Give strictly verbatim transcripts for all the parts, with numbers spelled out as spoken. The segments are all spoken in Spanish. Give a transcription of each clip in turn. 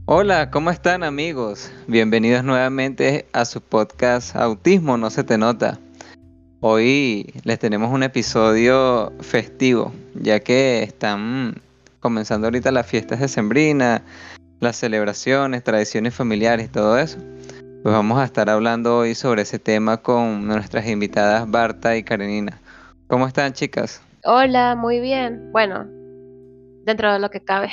Hola, ¿cómo están amigos? Bienvenidos nuevamente a su podcast Autismo No Se Te Nota. Hoy les tenemos un episodio festivo, ya que están comenzando ahorita las fiestas decembrinas, las celebraciones, tradiciones familiares y todo eso. Pues vamos a estar hablando hoy sobre ese tema con nuestras invitadas Barta y Karenina. ¿Cómo están, chicas? Hola, muy bien. Bueno, dentro de lo que cabe.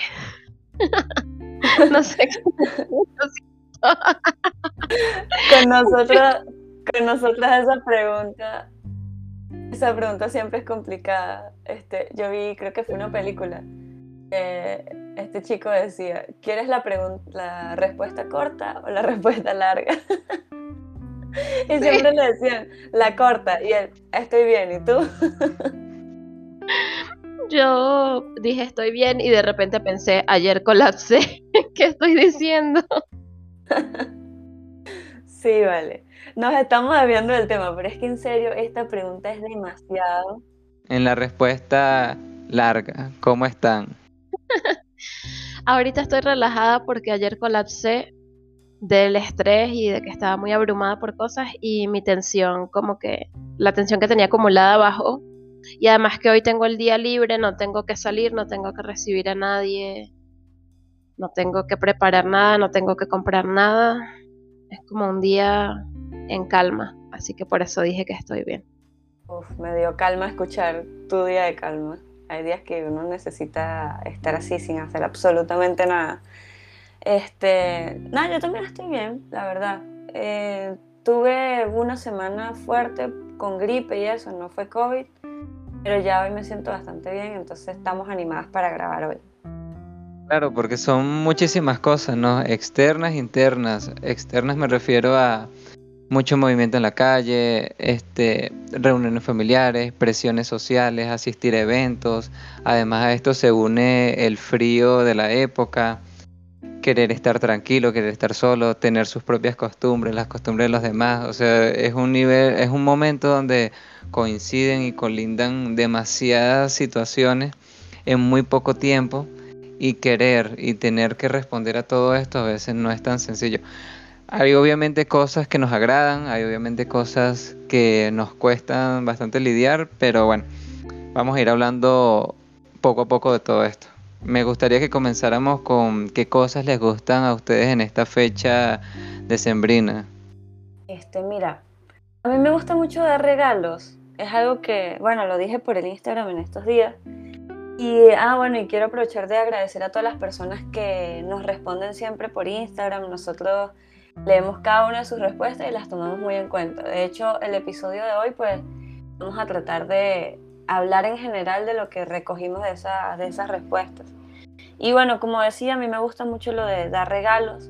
No sé cómo me siento. Con nosotros, con nosotras esa pregunta, esa pregunta siempre es complicada. Este, yo vi, creo que fue una película, que este chico decía, ¿quieres la pregun- la respuesta corta o la respuesta larga? Y Sí, siempre le decían, la corta, y él, estoy bien, ¿y tú? yo dije estoy bien y de repente pensé, ayer colapsé. ¿Qué estoy diciendo? Sí, vale. Nos estamos desviando del tema, pero es que en serio, esta pregunta es demasiado. En la respuesta larga, ¿cómo están? Ahorita estoy relajada porque ayer colapsé del estrés y de que estaba muy abrumada por cosas y mi tensión, como que la tensión que tenía acumulada bajó. Y además que hoy tengo el día libre, no tengo que salir, no tengo que recibir a nadie, no tengo que preparar nada, no tengo que comprar nada. Es como un día en calma, así que por eso dije que estoy bien. Uf, me dio calma escuchar tu día de calma. Hay días que uno necesita estar así sin hacer absolutamente nada. Este, nada, yo también estoy bien, la verdad. Eh, tuve una semana fuerte con gripe y eso, no fue COVID, pero ya hoy me siento bastante bien, entonces estamos animadas para grabar hoy. Claro, porque son muchísimas cosas, ¿no? Externas e internas. Externas me refiero a mucho movimiento en la calle, este, reuniones familiares, presiones sociales, asistir a eventos. Además a esto se une el frío de la época, querer estar tranquilo, querer estar solo, tener sus propias costumbres, las costumbres de los demás. O sea, es un nivel, es un momento donde coinciden y colindan demasiadas situaciones en muy poco tiempo y querer y tener que responder a todo esto a veces no es tan sencillo. Hay obviamente cosas que nos agradan, hay obviamente cosas que nos cuestan bastante lidiar, pero bueno, vamos a ir hablando poco a poco de todo esto. Me gustaría que comenzáramos con qué cosas les gustan a ustedes en esta fecha decembrina. Este, mira, a mí me gusta mucho dar regalos. Es algo que, bueno, lo dije por el Instagram en estos días. Y, ah, bueno, y quiero aprovechar de agradecer a todas las personas que nos responden siempre por Instagram. Nosotros leemos cada una de sus respuestas y las tomamos muy en cuenta. De hecho, el episodio de hoy, pues, vamos a tratar de hablar en general de lo que recogimos de, esa, de esas respuestas. Y bueno, como decía, a mí me gusta mucho lo de dar regalos,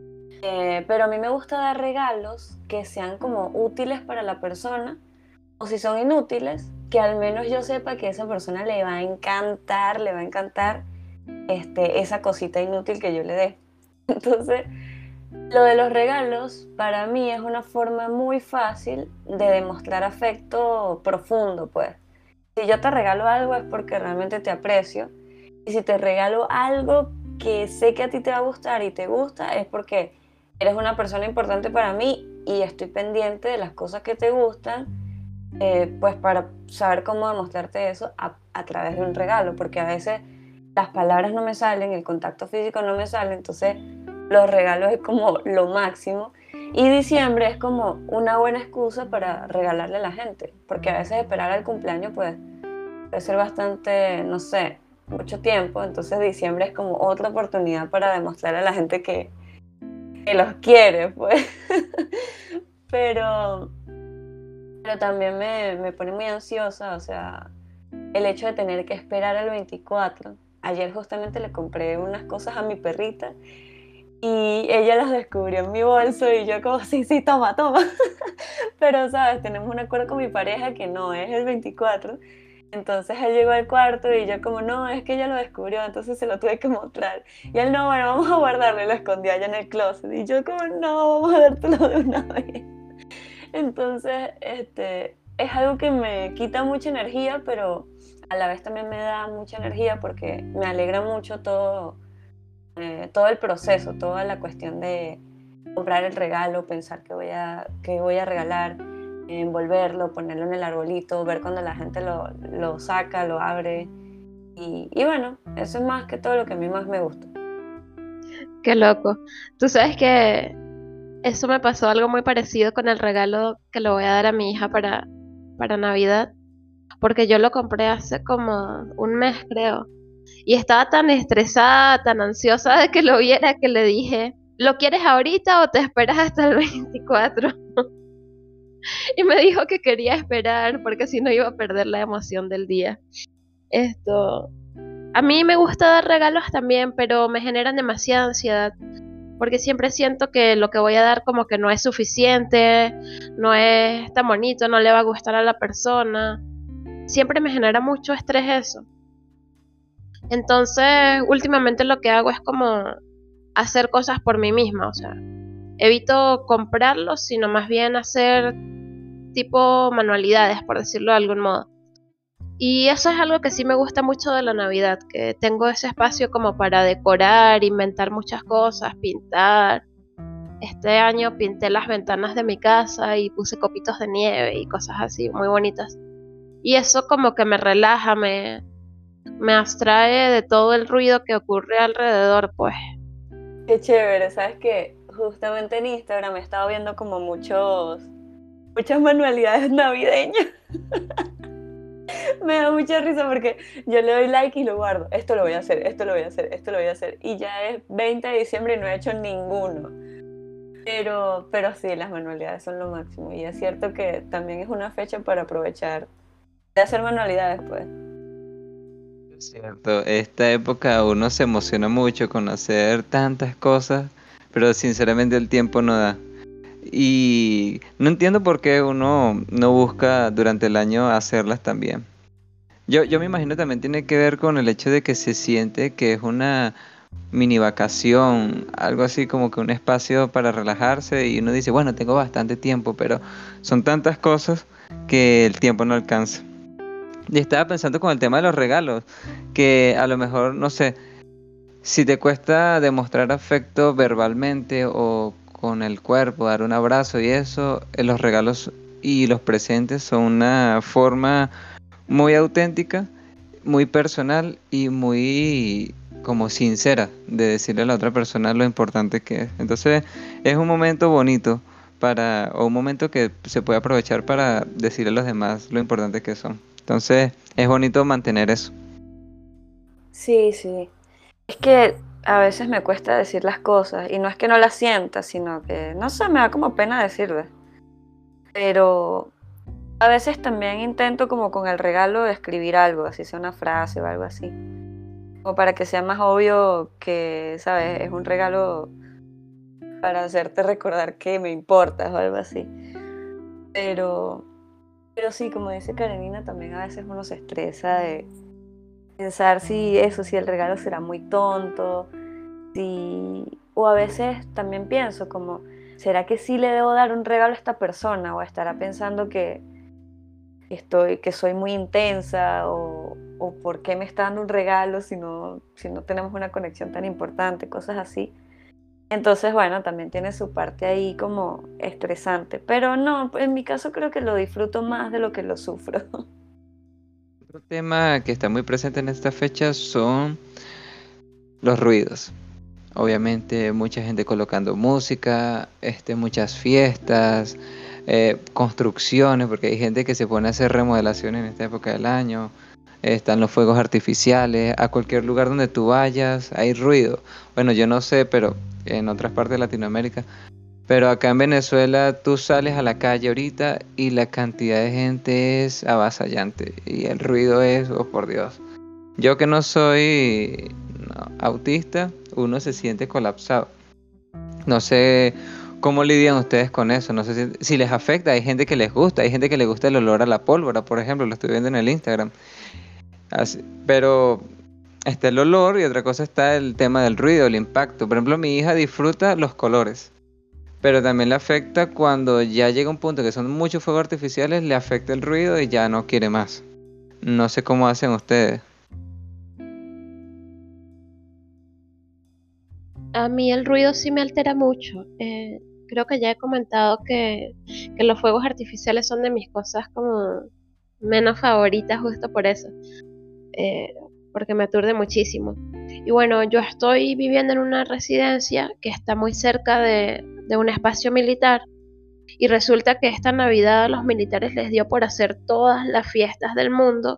eh, pero a mí me gusta dar regalos que sean como útiles para la persona, o si son inútiles, que al menos yo sepa que a esa persona le va a encantar, le va a encantar este, esa cosita inútil que yo le dé. Entonces, lo de los regalos para mí es una forma muy fácil de demostrar afecto profundo, pues. Si yo te regalo algo es porque realmente te aprecio. Y si te regalo algo que sé que a ti te va a gustar y te gusta, es porque eres una persona importante para mí y estoy pendiente de las cosas que te gustan, eh, pues para saber cómo demostrarte eso a, a través de un regalo, porque a veces las palabras no me salen, el contacto físico no me sale, entonces los regalos es como lo máximo. Y diciembre es como una buena excusa para regalarle a la gente, porque a veces esperar al cumpleaños pues puede ser bastante, no sé, mucho tiempo, entonces diciembre es como otra oportunidad para demostrar a la gente que, que los quiere, pues. Pero, pero también me, me pone muy ansiosa, o sea, el hecho de tener que esperar al veinticuatro. Ayer justamente le compré unas cosas a mi perrita y ella las descubrió en mi bolso y yo como, sí, sí, toma, toma. Pero, ¿sabes? Tenemos un acuerdo con mi pareja que no es el veinticuatro. Entonces él llegó al cuarto y yo como, no, es que ella lo descubrió, entonces se lo tuve que mostrar. Y él, no, bueno, vamos a guardarlo y lo escondió allá en el closet. Y yo como, no, vamos a dártelo de una vez. Entonces, este, es algo que me quita mucha energía, pero a la vez también me da mucha energía porque me alegra mucho todo eh, todo el proceso, toda la cuestión de comprar el regalo, pensar que voy a, que voy a regalar, envolverlo, ponerlo en el arbolito, ver cuando la gente lo, lo saca, lo abre. Y, y bueno, eso es más que todo lo que a mí más me gusta. Qué loco. Tú sabes que eso me pasó algo muy parecido con el regalo que le voy a dar a mi hija para, para Navidad, porque yo lo compré hace como un mes, creo. Y estaba tan estresada, tan ansiosa de que lo viera que le dije, ¿lo quieres ahorita o te esperas hasta el veinticuatro? Y me dijo que quería esperar porque si no iba a perder la emoción del día. Esto, a mí me gusta dar regalos también, pero me generan demasiada ansiedad porque siempre siento que lo que voy a dar como que no es suficiente, no es tan bonito, no le va a gustar a la persona. Siempre me genera mucho estrés eso. Entonces, últimamente lo que hago es como hacer cosas por mí misma, o sea, evito comprarlos, sino más bien hacer tipo manualidades, por decirlo de algún modo. Y eso es algo que sí me gusta mucho de la Navidad, que tengo ese espacio como para decorar, inventar muchas cosas, pintar. Este año pinté las ventanas de mi casa y puse copitos de nieve y cosas así, muy bonitas. Y eso como que me relaja, me, me abstrae de todo el ruido que ocurre alrededor, pues. Qué chévere, ¿sabes qué? Justamente en Instagram he estado viendo como muchos, muchas manualidades navideñas. Me da mucha risa porque yo le doy like y lo guardo. Esto lo voy a hacer, esto lo voy a hacer, esto lo voy a hacer. Y ya es veinte de diciembre y no he hecho ninguno. Pero, pero sí, las manualidades son lo máximo. Y es cierto que también es una fecha para aprovechar de hacer manualidades, pues. Es cierto, esta época uno se emociona mucho con hacer tantas cosas, pero sinceramente el tiempo no da. Y no entiendo por qué uno no busca durante el año hacerlas también. Yo, yo me imagino también tiene que ver con el hecho de que se siente que es una mini vacación, algo así como que un espacio para relajarse y uno dice, bueno, tengo bastante tiempo, pero son tantas cosas que el tiempo no alcanza. Y estaba pensando con el tema de los regalos, que a lo mejor, no sé, si te cuesta demostrar afecto verbalmente o con el cuerpo, dar un abrazo y eso, eh, los regalos y los presentes son una forma muy auténtica, muy personal y muy como sincera de decirle a la otra persona lo importante que es. Entonces es un momento bonito para, o un momento que se puede aprovechar para decirle a los demás lo importante que son. Entonces es bonito mantener eso. Sí, sí. Es que a veces me cuesta decir las cosas y no es que no las sienta, sino que, no sé, me da como pena decirlas. Pero a veces también intento como con el regalo escribir algo, así sea una frase o algo así. Como para que sea más obvio que, ¿sabes? Es un regalo para hacerte recordar que me importas o algo así. Pero, pero sí, como dice Karenina, también a veces uno se estresa de pensar si eso, si el regalo será muy tonto, si... o a veces también pienso como, ¿será que sí le debo dar un regalo a esta persona? O estará pensando que estoy, que soy muy intensa o, o por qué me está dando un regalo si no, si no tenemos una conexión tan importante, cosas así. Entonces, bueno, también tiene su parte ahí como estresante, pero no, en mi caso creo que lo disfruto más de lo que lo sufro. Otro tema que está muy presente en esta fecha son los ruidos. Obviamente mucha gente colocando música, este, muchas fiestas, eh, construcciones, porque hay gente que se pone a hacer remodelaciones en esta época del año. Están los fuegos artificiales, a cualquier lugar donde tú vayas hay ruido. Bueno, yo no sé, pero en otras partes de Latinoamérica, pero acá en Venezuela tú sales a la calle ahorita y la cantidad de gente es avasallante y el ruido es, oh por Dios. Yo que no soy no, autista, uno se siente colapsado. No sé cómo lidian ustedes con eso, no sé si, si les afecta. Hay gente que les gusta, hay gente que le gusta el olor a la pólvora, por ejemplo, lo estoy viendo en el Instagram. Así, pero está el olor y otra cosa está el tema del ruido, el impacto. Por ejemplo, mi hija disfruta los colores, pero también le afecta cuando ya llega un punto que son muchos fuegos artificiales, le afecta el ruido y ya no quiere más. No sé cómo hacen ustedes. A mí el ruido sí me altera mucho. Eh, creo que ya he comentado que, que los fuegos artificiales son de mis cosas como menos favoritas justo por eso, eh, porque me aturde muchísimo. Y bueno, yo estoy viviendo en una residencia que está muy cerca de, de un espacio militar y resulta que esta Navidad a los militares les dio por hacer todas las fiestas del mundo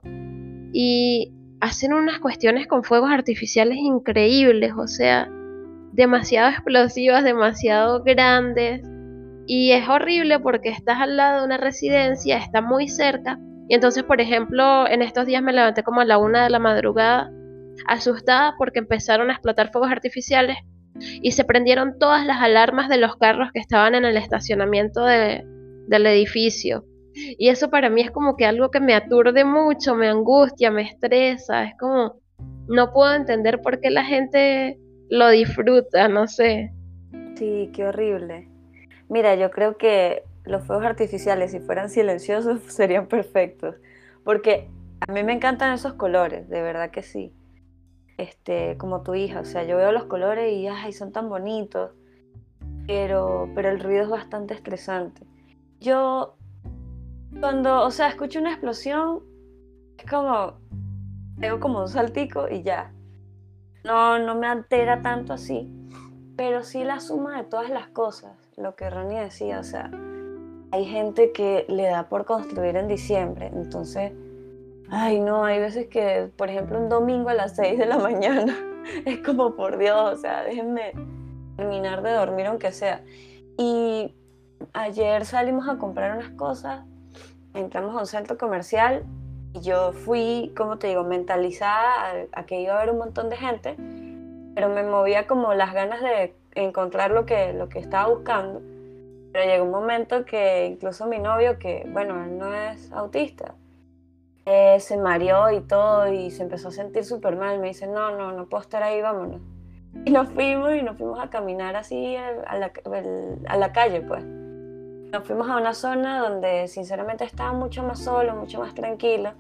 y hacen unas cuestiones con fuegos artificiales increíbles, o sea, demasiado explosivas, demasiado grandes. Y es horrible porque estás al lado de una residencia, está muy cerca. Y entonces, por ejemplo, en estos días me levanté como a la una de la madrugada, asustada porque empezaron a explotar fuegos artificiales y se prendieron todas las alarmas de los carros que estaban en el estacionamiento de, del edificio. Y eso para mí es como que algo que me aturde mucho, me angustia, me estresa. Es como, no puedo entender por qué la gente lo disfruta, no sé. Sí, qué horrible. Mira, yo creo que los fuegos artificiales, si fueran silenciosos, serían perfectos. Porque a mí me encantan esos colores, de verdad que sí. Este, como tu hija, o sea, yo veo los colores y ay, son tan bonitos, pero, pero el ruido es bastante estresante. Yo, cuando, o sea, escucho una explosión, es como, tengo como un saltico y ya. No, no me altera tanto así, pero sí la suma de todas las cosas, lo que Ronnie decía, o sea, hay gente que le da por construir en diciembre, entonces, ay no, hay veces que, por ejemplo, un domingo a las seis de la mañana, es como por Dios, o sea, déjenme terminar de dormir aunque sea. Y ayer salimos a comprar unas cosas, entramos a un centro comercial y yo fui, como te digo, mentalizada a, a que iba a haber un montón de gente, pero me movía como las ganas de encontrar lo que, lo que estaba buscando. Pero llegó un momento que incluso mi novio, que bueno, él no es autista, eh, se mareó y todo y se empezó a sentir súper mal. Me dice, no, no, no puedo estar ahí, vámonos. Y nos fuimos y nos fuimos a caminar así a la, a la calle, pues. Nos fuimos a una zona donde sinceramente estaba mucho más solo, mucho más tranquilo.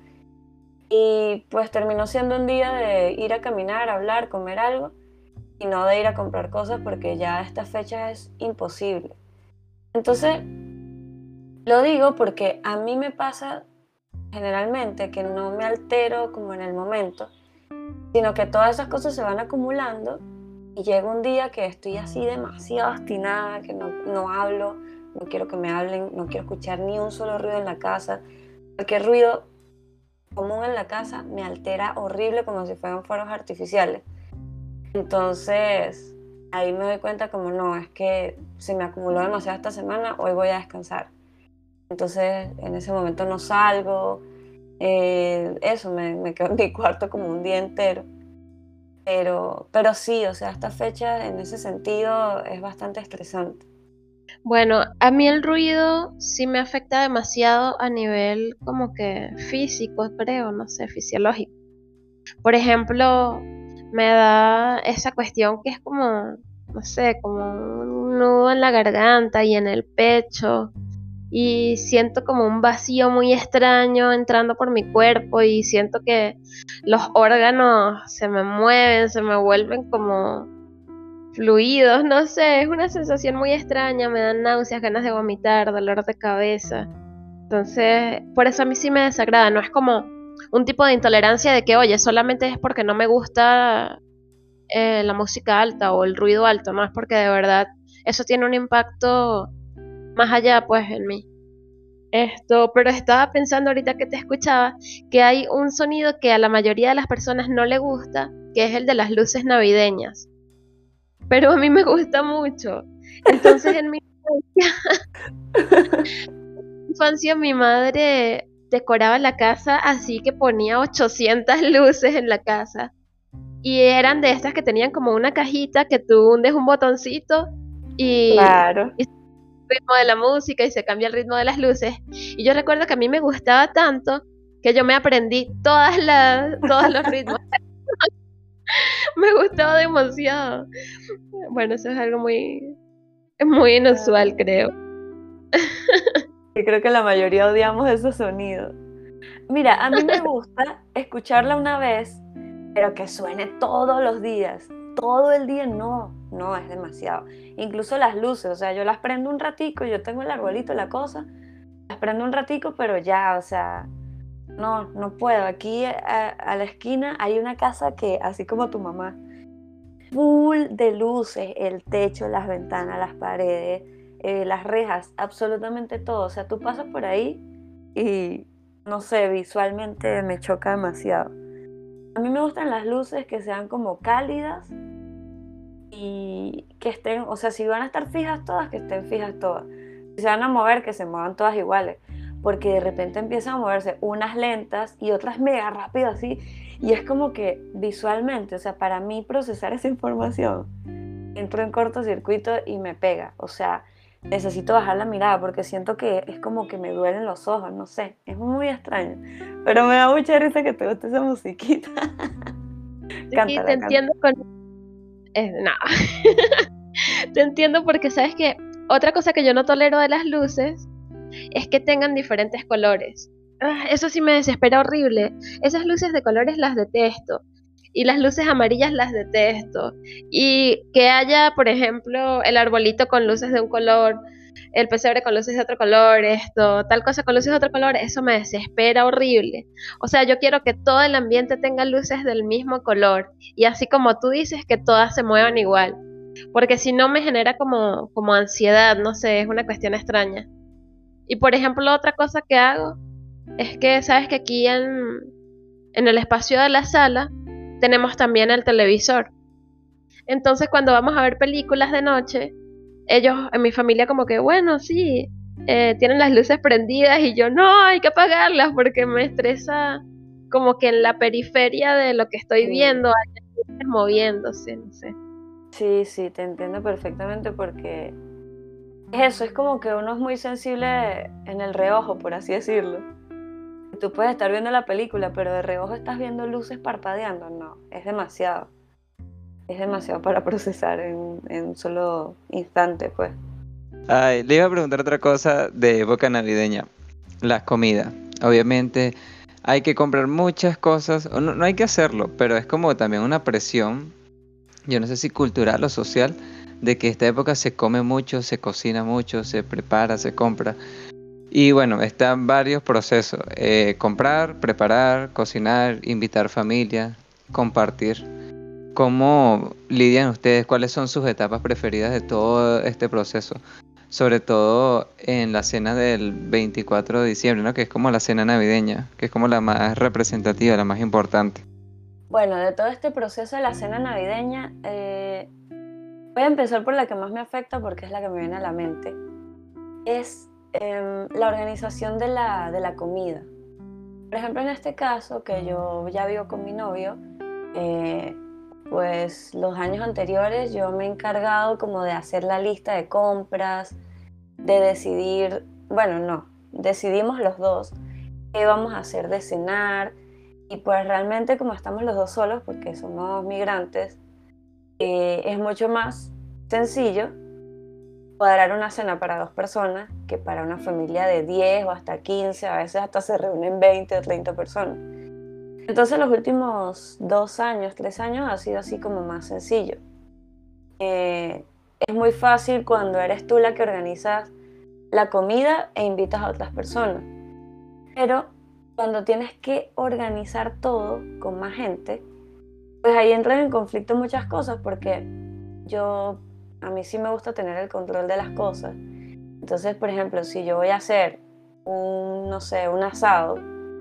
Y pues terminó siendo un día de ir a caminar, hablar, comer algo y no de ir a comprar cosas porque ya a esta fecha es imposible. Entonces, lo digo porque a mí me pasa generalmente que no me altero como en el momento, sino que todas esas cosas se van acumulando y llega un día que estoy así demasiado obstinada, que no, no hablo, no quiero que me hablen, no quiero escuchar ni un solo ruido en la casa. Cualquier ruido común en la casa me altera horrible como si fueran fuegos artificiales. Entonces, ahí me doy cuenta como no, es que se me acumuló demasiado esta semana, hoy voy a descansar. Entonces, en ese momento no salgo, eh, eso, me, me quedo en mi cuarto como un día entero. Pero, pero sí, o sea, esta fecha en ese sentido es bastante estresante. Bueno, a mí el ruido sí me afecta demasiado a nivel como que físico, creo, no sé, fisiológico. Por ejemplo, me da esa cuestión que es como, no sé, como un nudo en la garganta y en el pecho. Y siento como un vacío muy extraño entrando por mi cuerpo y siento que los órganos se me mueven, se me vuelven como fluidos, no sé, es una sensación muy extraña, me dan náuseas, ganas de vomitar, dolor de cabeza. Entonces, por eso a mí sí me desagrada, no es como un tipo de intolerancia de que, oye, solamente es porque no me gusta eh, la música alta o el ruido alto, no es porque de verdad eso tiene un impacto más allá pues en mí. Esto, pero estaba pensando ahorita que te escuchaba que hay un sonido que a la mayoría de las personas no le gusta, que es el de las luces navideñas. Pero a mí me gusta mucho. Entonces en mi infancia mi madre decoraba la casa así que ponía ochocientas luces en la casa. Y eran de estas que tenían como una cajita que tú hundes un botoncito y, Claro. y ritmo de la música y se cambia el ritmo de las luces. Y yo recuerdo que a mí me gustaba tanto que yo me aprendí todas las, todos los ritmos. Me gustaba demasiado. Bueno, eso es algo muy, muy inusual, creo. Yo creo que la mayoría odiamos esos sonidos. Mira, a mí me gusta escucharla una vez, pero que suene todos los días. Todo el día no. no, es demasiado. Incluso las luces, o sea, yo las prendo un ratico, yo tengo el arbolito, la cosa, las prendo un ratico, pero ya, o sea, no, no puedo. Aquí a, a la esquina hay una casa que, así como tu mamá, full de luces, el techo, las ventanas, las paredes, eh, las rejas, absolutamente todo. O sea, tú pasas por ahí y, no sé, visualmente me choca demasiado. A mí me gustan las luces que sean como cálidas y que estén, o sea, si van a estar fijas todas, que estén fijas todas. Si se van a mover, que se muevan todas iguales. Porque de repente empiezan a moverse unas lentas y otras mega rápido así. Y es como que visualmente, o sea, para mí procesar esa información, entro en cortocircuito y me pega. O sea, necesito bajar la mirada porque siento que es como que me duelen los ojos, no sé. Es muy extraño. Pero me da mucha risa que te guste esa musiquita. Sí, Cántala, te cántala. entiendo con... Eh, no. Te entiendo porque sabes que otra cosa que yo no tolero de las luces es que tengan diferentes colores. Ah, eso sí me desespera horrible. Esas luces de colores las detesto. Y las luces amarillas las detesto. Y que haya, por ejemplo, el arbolito con luces de un color, el pesebre con luces de otro color, esto, tal cosa con luces de otro color, eso me desespera horrible. O sea, yo quiero que todo el ambiente tenga luces del mismo color. Y así como tú dices, que todas se muevan igual. Porque si no me genera como, como ansiedad, no sé, es una cuestión extraña. Y por ejemplo, otra cosa que hago es que, sabes que aquí en, en el espacio de la sala tenemos también el televisor. Entonces, cuando vamos a ver películas de noche, ellos en mi familia como que, bueno, sí, eh, tienen las luces prendidas y yo, no, hay que apagarlas porque me estresa como que en la periferia de lo que estoy Sí. viendo hay luces moviéndose, no sé. Sí, sí, te entiendo perfectamente porque es eso, es como que uno es muy sensible en el reojo, por así decirlo. Tú puedes estar viendo la película, pero de reojo estás viendo luces parpadeando. No, es demasiado. Es demasiado para procesar en, en un solo instante, pues. Ay, le iba a preguntar otra cosa de época navideña. Las comidas. Obviamente hay que comprar muchas cosas, o no, no hay que hacerlo, pero es como también una presión, yo no sé si cultural o social, de que esta época se come mucho, se cocina mucho, se prepara, se compra. Y bueno, están varios procesos. eh, comprar, preparar, cocinar, invitar familia, compartir. ¿Cómo lidian ustedes? ¿Cuáles son sus etapas preferidas de todo este proceso? Sobre todo en la cena del veinticuatro de diciembre, ¿no? Que es como la cena navideña, que es como la más representativa, la más importante. Bueno, de todo este proceso de la cena navideña, eh, voy a empezar por la que más me afecta porque es la que me viene a la mente. Es em, la organización de la, de la comida. Por ejemplo, en este caso, que yo ya vivo con mi novio, eh, pues los años anteriores yo me he encargado como de hacer la lista de compras, de decidir, bueno, no, decidimos los dos qué vamos a hacer de cenar y pues realmente como estamos los dos solos porque somos migrantes, eh, es mucho más sencillo cuadrar una cena para dos personas que para una familia de diez o hasta quince, a veces hasta se reúnen veinte o treinta personas. Entonces los últimos dos años, tres años ha sido así como más sencillo. Eh, es muy fácil cuando eres tú la que organizas la comida e invitas a otras personas. Pero cuando tienes que organizar todo con más gente, pues ahí entran en conflicto muchas cosas porque yo, a mí sí me gusta tener el control de las cosas. Entonces, por ejemplo, si yo voy a hacer un, no sé, un asado,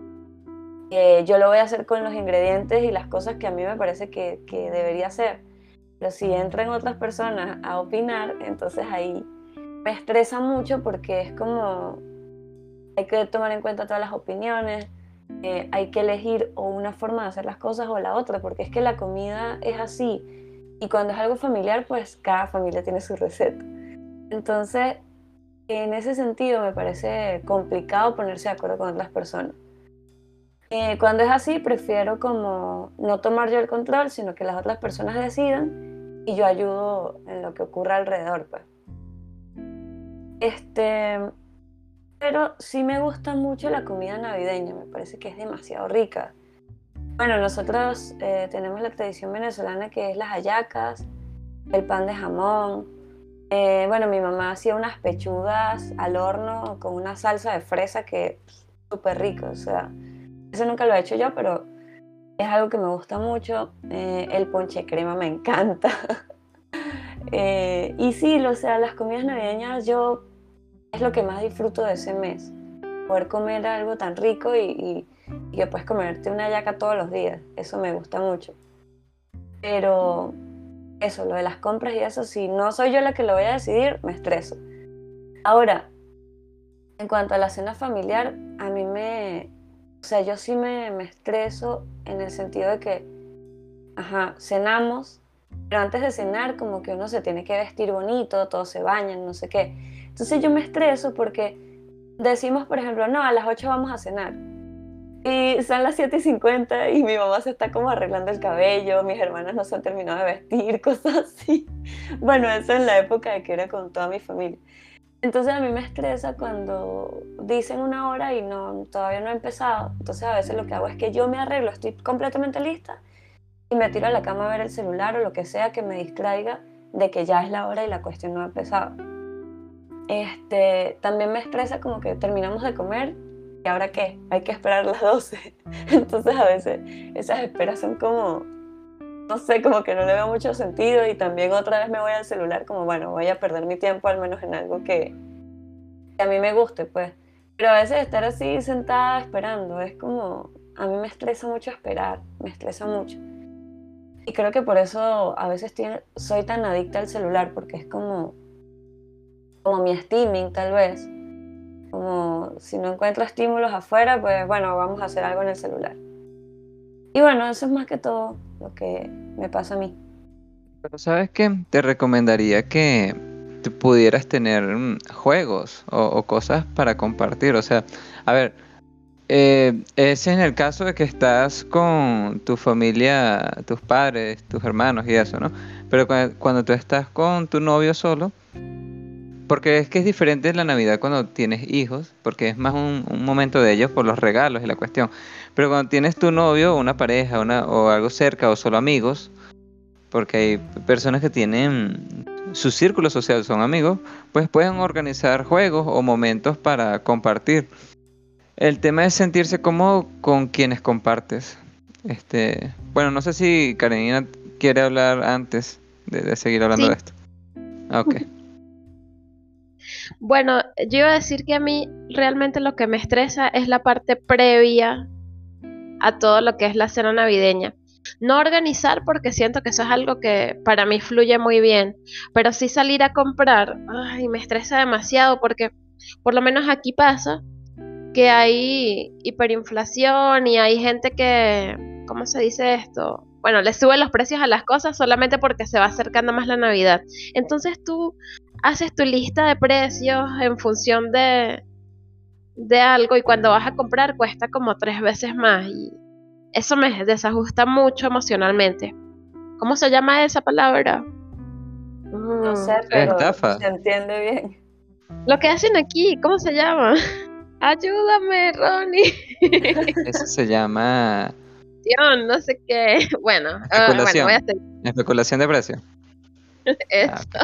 eh, yo lo voy a hacer con los ingredientes y las cosas que a mí me parece que, que debería hacer. Pero si entran otras personas a opinar, entonces ahí me estresa mucho porque es como hay que tomar en cuenta todas las opiniones, eh, hay que elegir o una forma de hacer las cosas o la otra, porque es que la comida es así. Y cuando es algo familiar, pues cada familia tiene su receta. Entonces, en ese sentido me parece complicado ponerse de acuerdo con otras personas. Eh, cuando es así, prefiero como no tomar yo el control, sino que las otras personas decidan y yo ayudo en lo que ocurra alrededor, pues. Este, pero sí me gusta mucho la comida navideña, me parece que es demasiado rica. Bueno, nosotros eh, tenemos la tradición venezolana que es las hallacas, el pan de jamón. Eh, bueno, mi mamá hacía unas pechugas al horno con una salsa de fresa que es súper rico. O sea, eso nunca lo he hecho yo, pero es algo que me gusta mucho. Eh, el ponche crema me encanta. Eh, y sí, o sea, las comidas navideñas yo es lo que más disfruto de ese mes. Poder comer algo tan rico y, y, y que puedes comerte una yaca todos los días. Eso me gusta mucho. Pero eso, lo de las compras y eso, si no soy yo la que lo voy a decidir, me estreso. Ahora, en cuanto a la cena familiar, a mí me... O sea, yo sí me, me estreso en el sentido de que, ajá, cenamos, pero antes de cenar como que uno se tiene que vestir bonito, todos se bañan, no sé qué. Entonces yo me estreso porque decimos, por ejemplo, no, a las ocho vamos a cenar. Y son las siete y cincuenta y mi mamá se está como arreglando el cabello, mis hermanas no se han terminado de vestir, cosas así. Bueno, eso en la época de que era con toda mi familia. Entonces a mí me estresa cuando dicen una hora y no, todavía no he empezado. Entonces a veces lo que hago es que yo me arreglo, estoy completamente lista y me tiro a la cama a ver el celular o lo que sea que me distraiga de que ya es la hora y la cuestión no ha empezado. Este, también me estresa como que terminamos de comer y ahora qué, hay que esperar las doce. Entonces a veces esas esperas son como, no sé, como que no le veo mucho sentido y también otra vez me voy al celular como, bueno, voy a perder mi tiempo al menos en algo que, que a mí me guste, pues. Pero a veces estar así sentada esperando es como, a mí me estresa mucho esperar, me estresa mucho. Y creo que por eso a veces tiene, soy tan adicta al celular, porque es como, como mi steaming tal vez. Como si no encuentro estímulos afuera, pues bueno, vamos a hacer algo en el celular. Y bueno, eso es más que todo lo que me pasa a mí. Pero ¿sabes qué? Te recomendaría que tú pudieras tener mm, juegos o, o cosas para compartir. O sea, a ver, eh, ese es en el caso de que estás con tu familia, tus padres, tus hermanos y eso, ¿no? Pero cua- cuando tú estás con tu novio solo, porque es que es diferente la Navidad cuando tienes hijos, porque es más un, un momento de ellos por los regalos y la cuestión. Pero cuando tienes tu novio, una pareja, una, o algo cerca, o solo amigos, porque hay personas que tienen su círculo social, son amigos, pues pueden organizar juegos o momentos para compartir. El tema es sentirse cómodo con quienes compartes. Este, bueno, no sé si Karenina quiere hablar antes de, de seguir hablando de Sí, esto. Ah, ok. bueno, yo iba a decir que a mí realmente lo que me estresa es la parte previa a todo lo que es la cena navideña. No organizar porque siento que eso es algo que para mí fluye muy bien, pero sí salir a comprar, ay, me estresa demasiado porque por lo menos aquí pasa que hay hiperinflación y hay gente que, ¿cómo se dice esto? Bueno, le sube los precios a las cosas solamente porque se va acercando más la Navidad. Entonces tú haces tu lista de precios en función de, de algo y cuando vas a comprar cuesta como tres veces más y eso me desajusta mucho emocionalmente. ¿Cómo se llama esa palabra? No sé, Mm, Es pero estafa. se entiende bien. lo que hacen aquí, ¿cómo se llama? Ayúdame, Ronnie. Eso se llama Acción, no sé qué. Bueno, ah, bueno, voy a especulación. hacer Especulación de precio. Ah, eso. ok.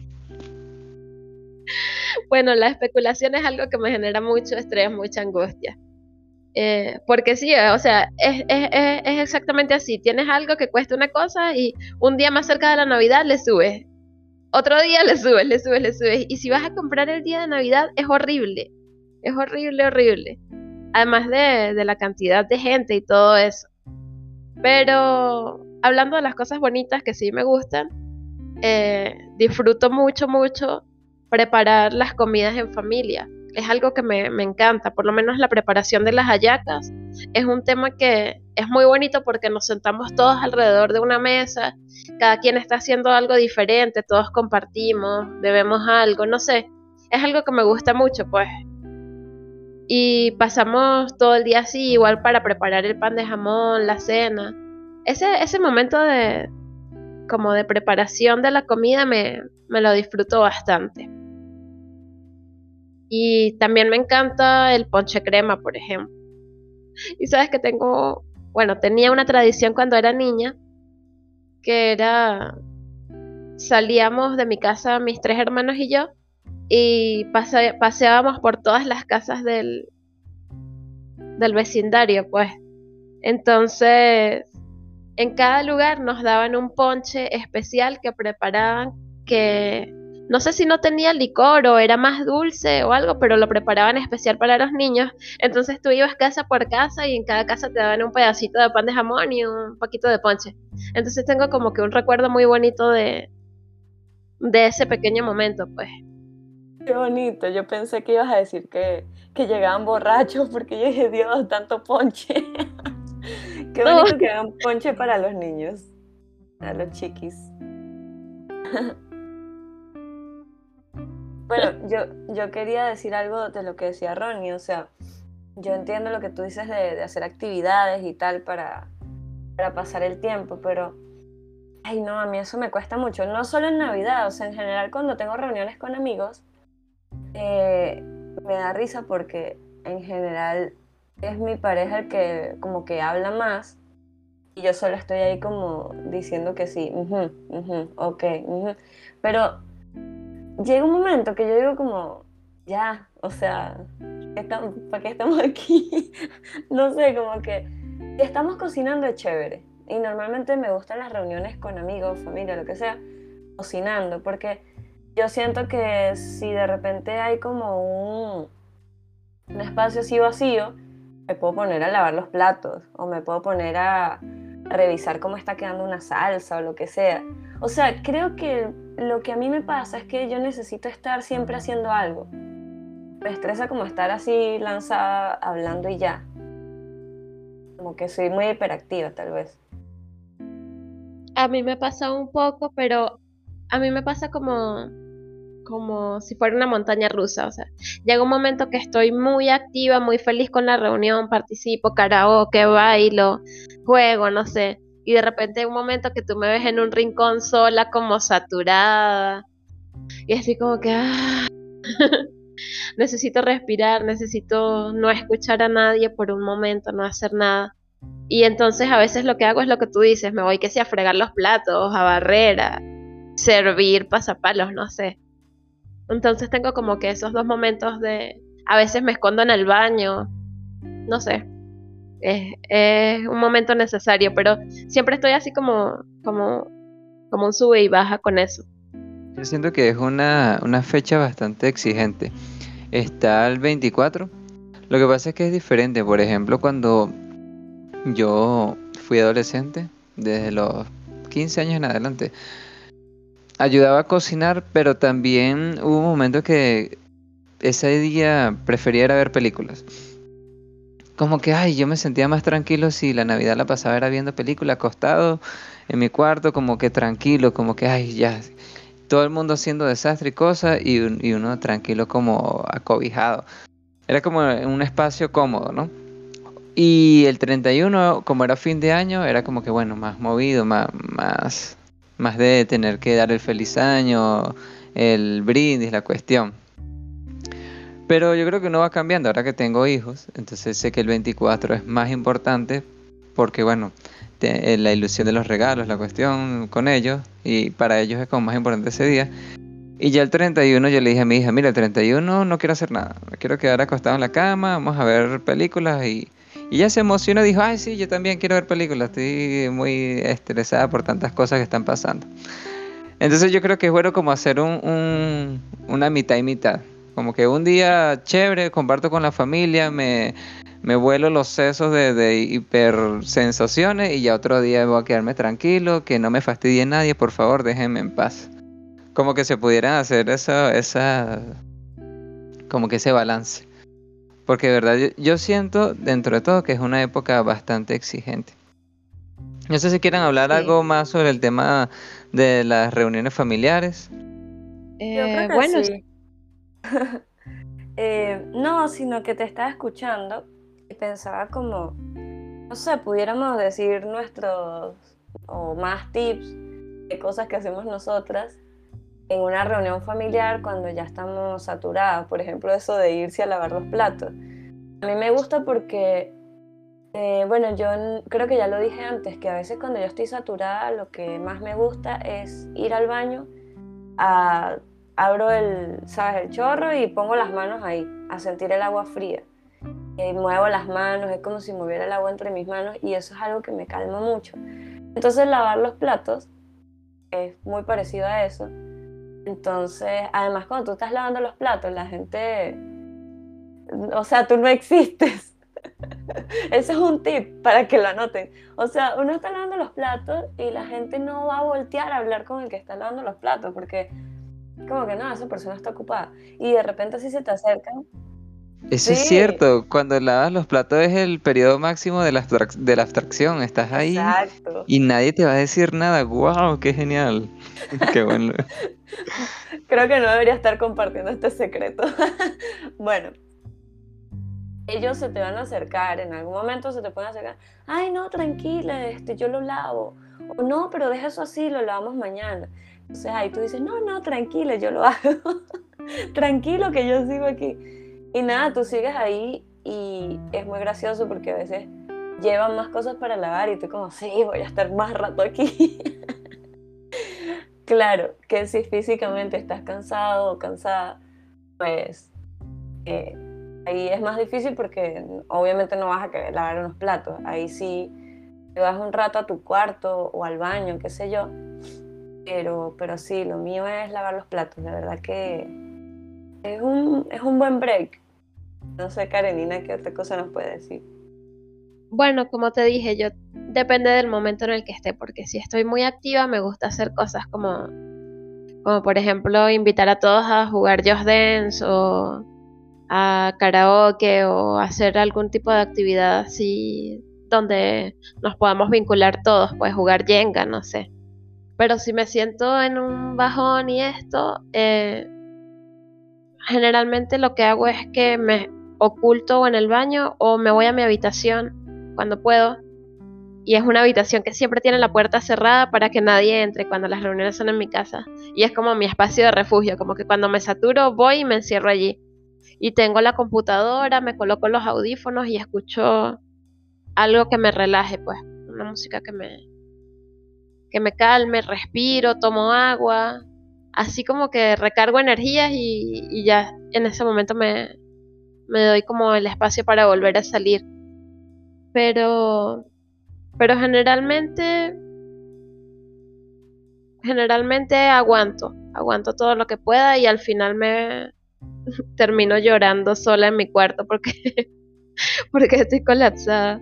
Bueno, la especulación es algo que me genera mucho estrés, mucha angustia. Eh, porque sí, eh, o sea, es, es, es, es exactamente así. Tienes algo que cuesta una cosa y un día más cerca de la Navidad le subes. Otro día le subes, le subes, le subes. Y si vas a comprar el día de Navidad, es horrible. Es horrible, horrible. Además de, de la cantidad de gente y todo eso. Pero hablando de las cosas bonitas que sí me gustan, eh, disfruto mucho, mucho preparar las comidas en familia. Es algo que me, me encanta, por lo menos la preparación de las hallacas. Es un tema que es muy bonito porque nos sentamos todos alrededor de una mesa, cada quien está haciendo algo diferente, todos compartimos, bebemos algo, no sé. Es algo que me gusta mucho, pues. Y pasamos todo el día así, igual para preparar el pan de jamón, la cena. Ese, ese momento de, como de preparación de la comida me, me lo disfruto bastante. Y también me encanta el ponche crema, por ejemplo. Y sabes que tengo, bueno, tenía una tradición cuando era niña, que era salíamos de mi casa mis tres hermanos y yo y pase- paseábamos por todas las casas del, del vecindario, pues. Entonces, en cada lugar nos daban un ponche especial que preparaban, que no sé si no tenía licor o era más dulce o algo, pero lo preparaban especial para los niños. Entonces tú ibas casa por casa y en cada casa te daban un pedacito de pan de jamón y un poquito de ponche. Entonces tengo como que un recuerdo muy bonito de, de ese pequeño momento, pues. Qué bonito, yo pensé que ibas a decir que, que llegaban borrachos porque yo dije, Dios, tanto ponche. Qué No, bonito que hagan ponche para los niños, para los chiquis. Bueno, yo, yo quería decir algo de lo que decía Ronnie, o sea, yo entiendo lo que tú dices de, de hacer actividades y tal para, para pasar el tiempo, pero, ay no, a mí eso me cuesta mucho, no solo en Navidad, o sea, en general cuando tengo reuniones con amigos, eh, me da risa porque en general es mi pareja el que como que habla más y yo solo estoy ahí como diciendo que sí, ujú, ujú, ok, ujú. Pero llega un momento que yo digo como, ya, o sea, ¿qué estamos- ¿para qué estamos aquí? No sé, como que si estamos cocinando es chévere. Y normalmente me gustan las reuniones con amigos, familia, lo que sea, cocinando, porque yo siento que si de repente hay como un, un espacio así vacío, me puedo poner a lavar los platos o me puedo poner a, a revisar cómo está quedando una salsa o lo que sea. O sea, creo que lo que a mí me pasa es que yo necesito estar siempre haciendo algo. Me estresa como estar así lanzada hablando y ya. Como que soy muy hiperactiva tal vez. a mí me pasa un poco, pero a mí me pasa como, como si fuera una montaña rusa, o sea, llega un momento que estoy muy activa, muy feliz con la reunión, participo, karaoke, bailo, juego, no sé, y de repente hay un momento que tú me ves en un rincón sola, como saturada, y así como que, ah, necesito respirar, necesito no escuchar a nadie por un momento, no hacer nada. Y entonces a veces lo que hago es lo que tú dices, me voy que sea a fregar los platos, a barrer, a servir pasapalos, no sé. Entonces tengo como que esos dos momentos de, a veces me escondo en el baño, no sé, es, es un momento necesario, pero siempre estoy así como, como, como un sube y baja con eso. Yo siento que es una, una fecha bastante exigente. Está el veinticuatro. Lo que pasa es que es diferente. Por ejemplo, cuando yo fui adolescente, desde los quince años en adelante, ayudaba a cocinar, pero también hubo un momento que ese día prefería ir a ver películas. Como que, ay, yo me sentía más tranquilo si la Navidad la pasaba era viendo películas, acostado en mi cuarto, como que tranquilo, como que, ay, ya, todo el mundo haciendo desastre y cosas, y, un- y uno tranquilo como acobijado. Era como un espacio cómodo, ¿no? Y el treinta y uno, como era fin de año, era como que, bueno, más movido, más, más, más de tener que dar el feliz año, el brindis, la cuestión. Pero yo creo que uno va cambiando ahora que tengo hijos, entonces sé que el veinticuatro es más importante porque, bueno, te- eh, la ilusión de los regalos, la cuestión con ellos, y para ellos es como más importante ese día. Y ya el treinta y uno yo le dije a mi hija, mira, el treinta y uno no quiero hacer nada, me quiero quedar acostado en la cama, vamos a ver películas y, y ella se emocionó y dijo, ay sí, yo también quiero ver películas, estoy muy estresada por tantas cosas que están pasando. Entonces yo creo que es bueno como hacer un, un- una mitad y mitad, como que un día chévere, comparto con la familia, me, me vuelo los sesos de, de hipersensaciones y ya otro día voy a quedarme tranquilo, que no me fastidie nadie, por favor, déjenme en paz. Como que se pudieran hacer esa, esa, como que ese balance. Porque de verdad yo, yo siento dentro de todo que es una época bastante exigente. No sé si quieren hablar Sí. algo más sobre el tema de las reuniones familiares. Yo creo Eh, que bueno, sí. Eh, no, sino que te estaba escuchando y pensaba como, no sé, pudiéramos decir nuestros o más tips de cosas que hacemos nosotras en una reunión familiar cuando ya estamos saturadas. Por ejemplo, eso de irse a lavar los platos. A mí me gusta porque Eh, bueno, yo n- creo que ya lo dije antes, que a veces cuando yo estoy saturada, lo que más me gusta es ir al baño, a- abro el, ¿sabes? El chorro y pongo las manos ahí, a sentir el agua fría. Y muevo las manos, es como si moviera el agua entre mis manos y eso es algo que me calma mucho. Entonces lavar los platos es muy parecido a eso. Entonces, además cuando tú estás lavando los platos, la gente, o sea, tú no existes. Ese es un tip para que lo anoten. O sea, uno está lavando los platos y la gente no va a voltear a hablar con el que está lavando los platos porque como que no, esa persona está ocupada. Y de repente así se te acercan. Eso es Sí, cierto, cuando lavas los platos es el periodo máximo de la, abstrac- de la abstracción. Estás ahí exacto. y nadie te va a decir nada. ¡Wow! ¡Qué genial! ¡Qué bueno! Creo que no debería estar compartiendo este secreto. Bueno, ellos se te van a acercar, en algún momento se te pueden acercar. Ay, no, tranquila, este, yo lo lavo. O no, pero deja eso así, lo lavamos mañana. Entonces ahí tú dices, no, no, tranquila, yo lo hago. Tranquilo que yo sigo aquí. Y nada, tú sigues ahí y es muy gracioso porque a veces llevan más cosas para lavar y tú como, sí, voy a estar más rato aquí. Claro, que si físicamente estás cansado o cansada, pues eh, ahí es más difícil porque obviamente no vas a querer lavar unos platos. Ahí sí te vas un rato a tu cuarto o al baño, qué sé yo. Pero, pero sí, lo mío es lavar los platos. De verdad que es un, es un buen break. No sé, Karenina, qué otra cosa nos puede decir. Bueno, como te dije, yo depende del momento en el que esté, porque si estoy muy activa me gusta hacer cosas como, como por ejemplo invitar a todos a jugar Just Dance o a karaoke o hacer algún tipo de actividad así donde nos podamos vincular todos, pues jugar Jenga, no sé. Pero si me siento en un bajón y esto, eh, generalmente lo que hago es que me oculto o en el baño o me voy a mi habitación cuando puedo. Y es una habitación que siempre tiene la puerta cerrada para que nadie entre cuando las reuniones son en mi casa. Y es como mi espacio de refugio, como que cuando me saturo voy y me encierro allí. Y tengo la computadora, me coloco los audífonos y escucho algo que me relaje, pues, una música que me, que me calme, respiro, tomo agua, así como que recargo energías y, y ya en ese momento me, me doy como el espacio para volver a salir. Pero, pero generalmente, generalmente aguanto, aguanto todo lo que pueda y al final me termino llorando sola en mi cuarto porque, porque estoy colapsada.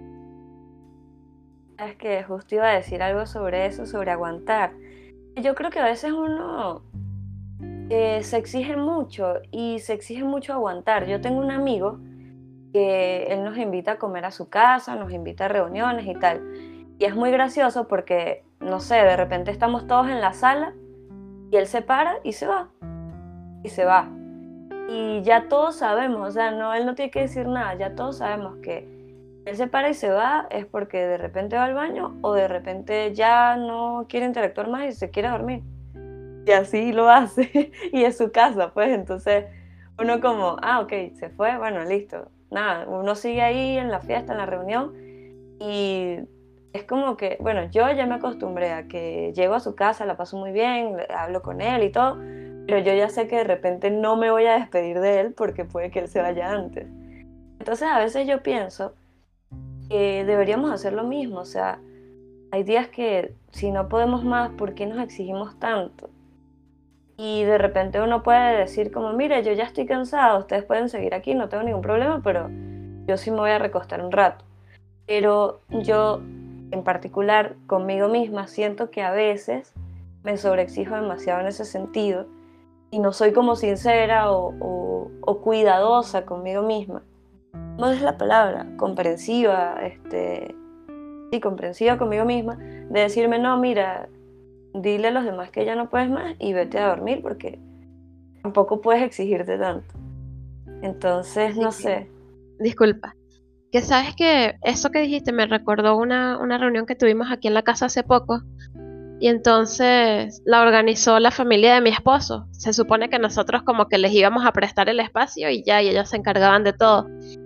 Es que justo iba a decir algo sobre eso, sobre aguantar. Yo creo que a veces uno eh, se exige mucho y se exige mucho aguantar. Yo tengo un amigo que él nos invita a comer a su casa, nos invita a reuniones y tal. Y es muy gracioso porque, no sé, de repente estamos todos en la sala y él se para y se va, y se va. Y ya todos sabemos, o sea, no, él no tiene que decir nada, ya todos sabemos que él se para y se va es porque de repente va al baño o de repente ya no quiere interactuar más y se quiere dormir. Y así lo hace, y es su casa, pues entonces uno como, ah, ok, se fue, bueno, listo. Nada, uno sigue ahí en la fiesta, en la reunión, y es como que, bueno, yo ya me acostumbré a que llego a su casa, la paso muy bien, hablo con él y todo, pero yo ya sé que de repente no me voy a despedir de él porque puede que él se vaya antes. Entonces a veces yo pienso que deberíamos hacer lo mismo, o sea, hay días que si no podemos más, ¿por qué nos exigimos tanto? Y de repente uno puede decir como, mire, yo ya estoy cansado, ustedes pueden seguir aquí, no tengo ningún problema, pero yo sí me voy a recostar un rato. Pero yo, en particular, conmigo misma, siento que a veces me sobreexijo demasiado en ese sentido y no soy como sincera o, o, o cuidadosa conmigo misma. No es la palabra, comprensiva, este, sí, comprensiva conmigo misma, de decirme, no, mira, dile a los demás que ya no puedes más y vete a dormir porque tampoco puedes exigirte tanto. Entonces, Así no que, sé. disculpa. Que sabes que eso que dijiste me recordó una, una reunión que tuvimos aquí en la casa hace poco y entonces la organizó la familia de mi esposo. Se supone que nosotros como que les íbamos a prestar el espacio y ya, y ellos se encargaban de todo.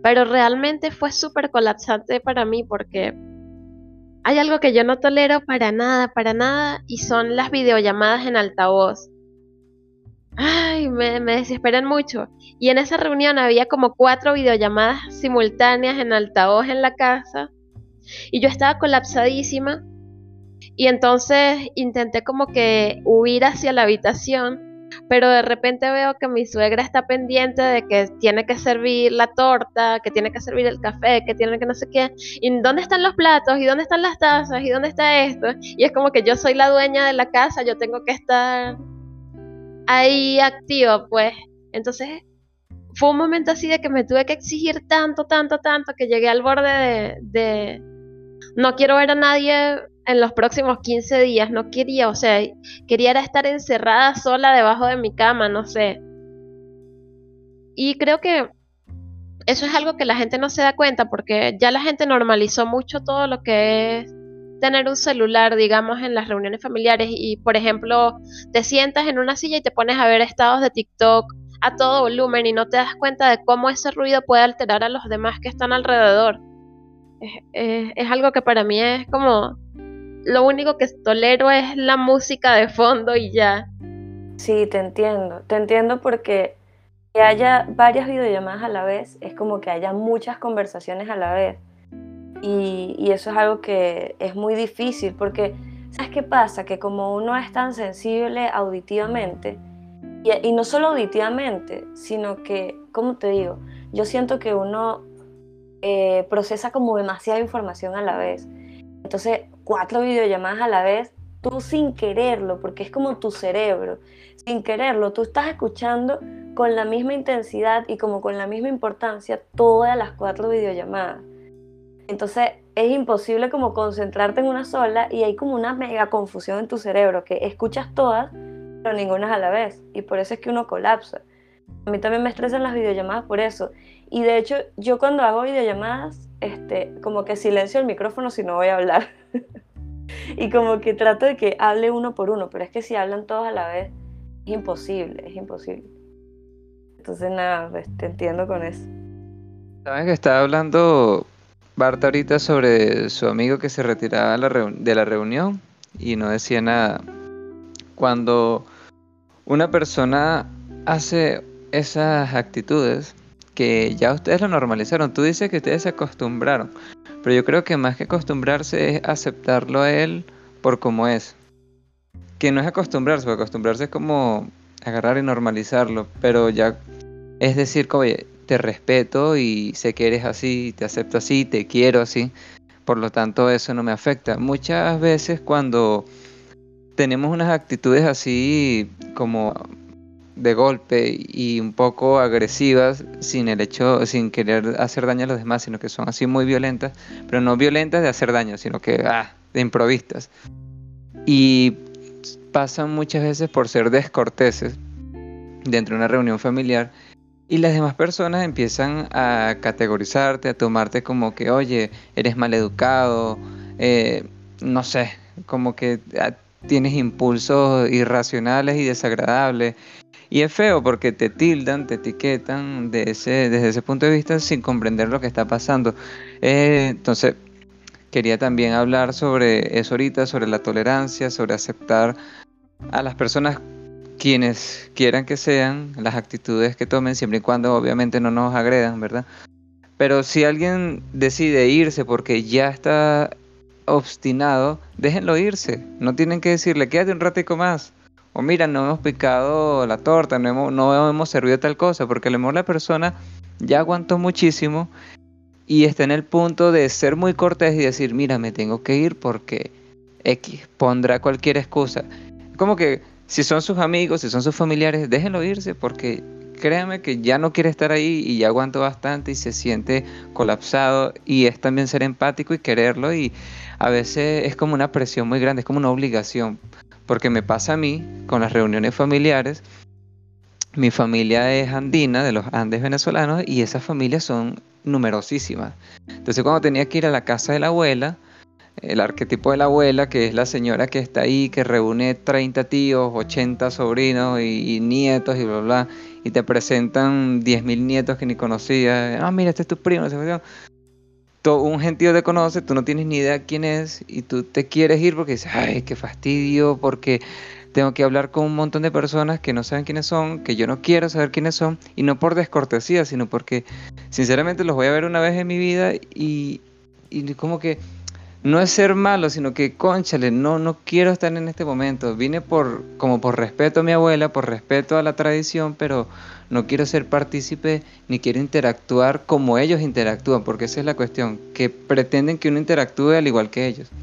Pero realmente fue súper colapsante para mí porque hay algo que yo no tolero para nada, para nada, y son las videollamadas en altavoz. Ay, me, me desesperan mucho. Y en esa reunión había como cuatro videollamadas simultáneas en altavoz en la casa y yo estaba colapsadísima y entonces intenté como que huir hacia la habitación, pero de repente veo que mi suegra está pendiente de que tiene que servir la torta, que tiene que servir el café, que tiene que no sé qué, y dónde están los platos, y dónde están las tazas, y dónde está esto, y es como que yo soy la dueña de la casa, yo tengo que estar ahí activa, pues. Entonces fue un momento así de que me tuve que exigir tanto, tanto, tanto, que llegué al borde de, de no quiero ver a nadie en los próximos quince días, no quería, o sea, quería era estar encerrada sola debajo de mi cama, no sé. Y creo que eso es algo que la gente no se da cuenta porque ya la gente normalizó mucho todo lo que es tener un celular, digamos, en las reuniones familiares y, por ejemplo, te sientas en una silla y te pones a ver estados de TikTok a todo volumen y no te das cuenta de cómo ese ruido puede alterar a los demás que están alrededor. Es, es, es algo que para mí es como lo único que tolero es la música de fondo y ya. Sí, te entiendo. Te entiendo porque que haya varias videollamadas a la vez es como que haya muchas conversaciones a la vez. Y, y eso es algo que es muy difícil porque, ¿sabes qué pasa? Que como uno es tan sensible auditivamente, y, y no solo auditivamente, sino que, ¿cómo te digo? Yo siento que uno eh, procesa como demasiada información a la vez. Entonces, cuatro videollamadas a la vez, tú sin quererlo, porque es como tu cerebro, sin quererlo, tú estás escuchando con la misma intensidad y como con la misma importancia todas las cuatro videollamadas. Entonces, es imposible como concentrarte en una sola y hay como una mega confusión en tu cerebro, que escuchas todas, pero ninguna es a la vez. Y por eso es que uno colapsa. A mí también me estresan las videollamadas por eso. Y de hecho, yo cuando hago videollamadas, este, como que silencio el micrófono si no voy a hablar. Y como que trato de que hable uno por uno, pero es que si hablan todos a la vez, es imposible, es imposible. Entonces nada, pues, te entiendo con eso. Sabes que estaba hablando Barta ahorita sobre su amigo que se retiraba de la, reu- de la reunión y no decía nada. Cuando una persona hace esas actitudes que ya ustedes lo normalizaron, tú dices que ustedes se acostumbraron, pero yo creo que más que acostumbrarse es aceptarlo a él por como es. Que no es acostumbrarse, porque acostumbrarse es como agarrar y normalizarlo, pero ya es decir, como, oye, te respeto y sé que eres así, te acepto así, te quiero así, por lo tanto eso no me afecta. Muchas veces cuando tenemos unas actitudes así como de golpe y un poco agresivas sin el hecho, sin querer hacer daño a los demás, sino que son así muy violentas, pero no violentas de hacer daño, sino que ah, de improvistas. Y pasan muchas veces por ser descorteses dentro de una reunión familiar y las demás personas empiezan a categorizarte, a tomarte como que, oye, eres maleducado, eh, no sé, como que ah, tienes impulsos irracionales y desagradables. Y es feo porque te tildan, te etiquetan de ese, desde ese punto de vista sin comprender lo que está pasando. Eh, entonces, quería también hablar sobre eso ahorita, sobre la tolerancia, sobre aceptar a las personas quienes quieran que sean, las actitudes que tomen, siempre y cuando obviamente no nos agredan, ¿verdad? Pero si alguien decide irse porque ya está obstinado, déjenlo irse. No tienen que decirle, quédate un ratico más. O mira, no hemos picado la torta, no hemos, no hemos servido tal cosa, porque a lo mejor la persona ya aguantó muchísimo y está en el punto de ser muy cortés y decir, mira, me tengo que ir porque X pondrá cualquier excusa. Como que si son sus amigos, si son sus familiares, déjenlo irse porque créanme que ya no quiere estar ahí y ya aguantó bastante y se siente colapsado y es también ser empático y quererlo y a veces es como una presión muy grande, es como una obligación, porque me pasa a mí con las reuniones familiares. Mi familia es andina, de los Andes venezolanos, y esas familias son numerosísimas. Entonces cuando tenía que ir a la casa de la abuela, el arquetipo de la abuela, que es la señora que está ahí, que reúne treinta tíos, ochenta sobrinos y, y nietos y bla, bla, y te presentan diez mil nietos que ni conocías. Ah, mira, este es tu primo. Este es tu... Todo un gentío te conoce, tú no tienes ni idea quién es y tú te quieres ir porque dices, ay, qué fastidio, porque tengo que hablar con un montón de personas que no saben quiénes son, que yo no quiero saber quiénes son, y no por descortesía, sino porque sinceramente los voy a ver una vez en mi vida y, y como que no es ser malo, sino que, cónchale, no, no quiero estar en este momento. Vine por, como por respeto a mi abuela, por respeto a la tradición, pero no quiero ser partícipe ni quiero interactuar como ellos interactúan, porque esa es la cuestión, que pretenden que uno interactúe al igual que ellos.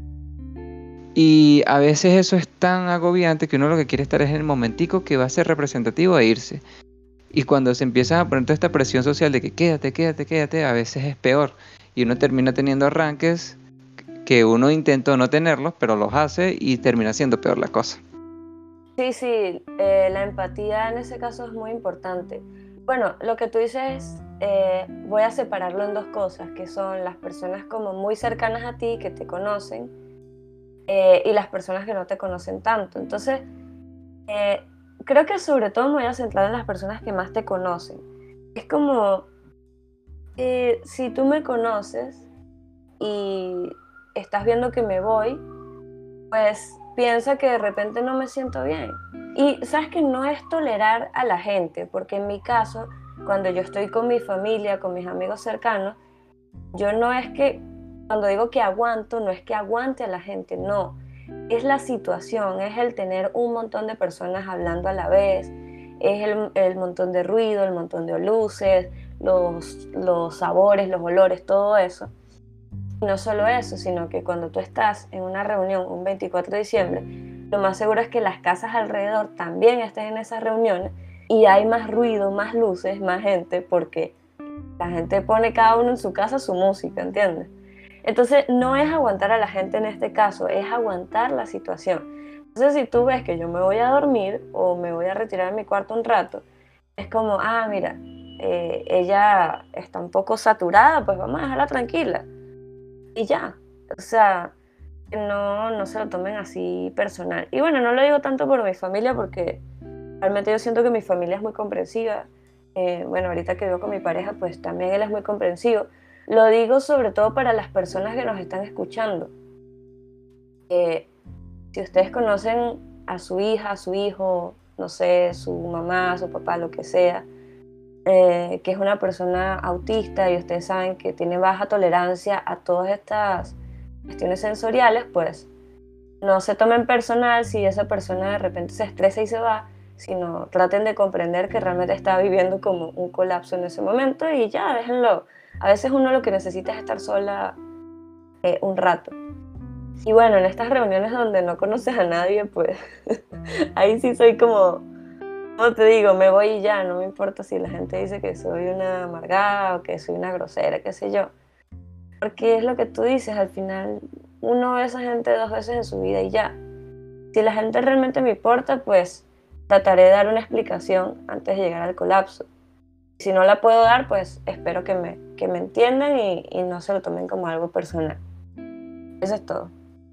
Y a veces eso es tan agobiante que uno lo que quiere estar es en el momentico que va a ser representativo e irse. Y cuando se empiezan a poner toda esta presión social de que quédate, quédate, quédate, a veces es peor. Y uno termina teniendo arranques que uno intentó no tenerlos, pero los hace y termina siendo peor la cosa. Sí, sí, eh, la empatía en ese caso es muy importante. Bueno, lo que tú dices, eh, voy a separarlo en dos cosas, que son las personas como muy cercanas a ti, que te conocen, eh, y las personas que no te conocen tanto. Entonces, eh, creo que sobre todo me voy a centrar en las personas que más te conocen. Es como, eh, si tú me conoces y estás viendo que me voy, pues piensa que de repente no me siento bien. Y sabes que no es tolerar a la gente, porque en mi caso, cuando yo estoy con mi familia, con mis amigos cercanos, yo no es que, cuando digo que aguanto, no es que aguante a la gente, no. Es la situación, es el tener un montón de personas hablando a la vez, es el, el montón de ruido, el montón de luces, los, los sabores, los olores, todo eso. Y no solo eso, sino que cuando tú estás en una reunión un veinticuatro de diciembre, lo más seguro es que las casas alrededor también estén en esas reuniones y hay más ruido, más luces, más gente, porque la gente pone cada uno en su casa su música, ¿entiendes? Entonces no es aguantar a la gente en este caso, es aguantar la situación. Entonces si tú ves que yo me voy a dormir o me voy a retirar en mi cuarto un rato, es como, ah, mira, eh, ella está un poco saturada, pues vamos a dejarla tranquila. Y ya, o sea, no, no se lo tomen así personal. Y bueno, no lo digo tanto por mi familia porque realmente yo siento que mi familia es muy comprensiva. Eh, bueno, ahorita que vivo con mi pareja, pues también él es muy comprensivo. Lo digo sobre todo para las personas que nos están escuchando. Eh, si ustedes conocen a su hija, a su hijo, no sé, su mamá, su papá, lo que sea, eh, que es una persona autista y ustedes saben que tiene baja tolerancia a todas estas cuestiones sensoriales, pues no se tomen personal si esa persona de repente se estresa y se va, sino traten de comprender que realmente está viviendo como un colapso en ese momento y ya, déjenlo. A veces uno lo que necesita es estar sola eh, un rato. Y bueno, en estas reuniones donde no conoces a nadie, pues ahí sí soy como, como te digo, me voy y ya, no me importa si la gente dice que soy una amargada o que soy una grosera, qué sé yo. Porque es lo que tú dices, al final uno ve a esa gente dos veces en su vida y ya. Si la gente realmente me importa, pues trataré de dar una explicación antes de llegar al colapso. Si no la puedo dar, pues espero que me, que me entiendan y, y no se lo tomen como algo personal. Eso es todo.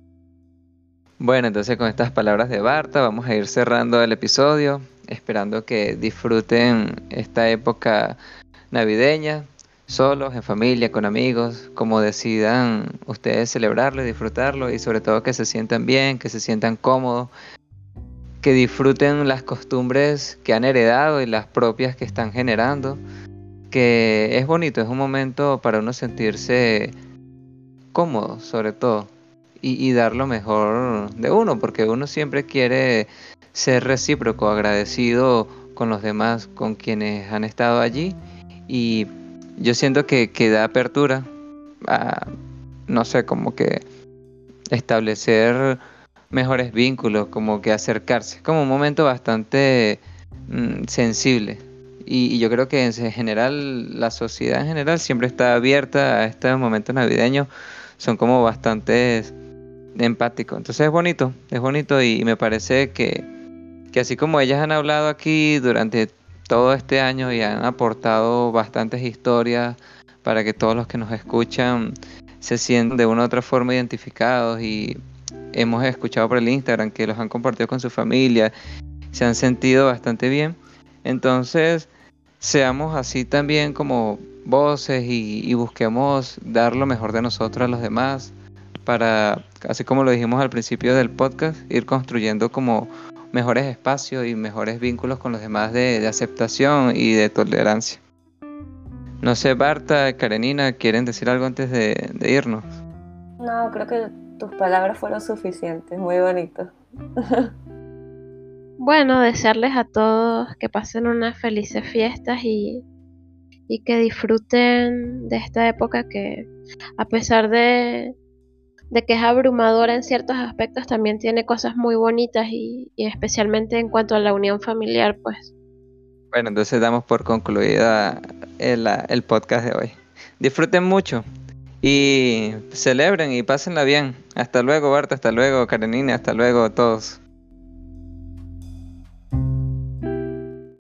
Bueno, entonces con estas palabras de Barta vamos a ir cerrando el episodio, esperando que disfruten esta época navideña, solos, en familia, con amigos, como decidan ustedes celebrarlo y disfrutarlo, y sobre todo que se sientan bien, que se sientan cómodos, que disfruten las costumbres que han heredado y las propias que están generando, que es bonito, es un momento para uno sentirse cómodo, sobre todo, y, y dar lo mejor de uno, porque uno siempre quiere ser recíproco, agradecido con los demás, con quienes han estado allí, y yo siento que, que da apertura a, no sé, como que establecer mejores vínculos, como que acercarse, como un momento bastante mm, sensible. Y, y yo creo que en general, la sociedad en general siempre está abierta a estos momentos navideños, son como bastante empáticos. Entonces es bonito, es bonito y, y me parece que, que así como ellas han hablado aquí durante todo este año y han aportado bastantes historias para que todos los que nos escuchan se sienten de una u otra forma identificados y hemos escuchado por el Instagram que los han compartido con su familia, se han sentido bastante bien. Entonces, seamos así también como voces y, y busquemos dar lo mejor de nosotros a los demás para, así como lo dijimos al principio del podcast, ir construyendo como mejores espacios y mejores vínculos con los demás de, de aceptación y de tolerancia. No sé, Barta, Karenina, ¿quieren decir algo antes de, de irnos? No, creo que tus palabras fueron suficientes, muy bonito. Bueno, desearles a todos que pasen unas felices fiestas y, y que disfruten de esta época que, a pesar de, de que es abrumadora en ciertos aspectos, también tiene cosas muy bonitas y, y especialmente en cuanto a la unión familiar, pues. Bueno, entonces damos por concluida el, el podcast de hoy. Disfruten mucho y celebren y pásenla bien. Hasta luego, Barta, hasta luego, Karenina, hasta luego todos.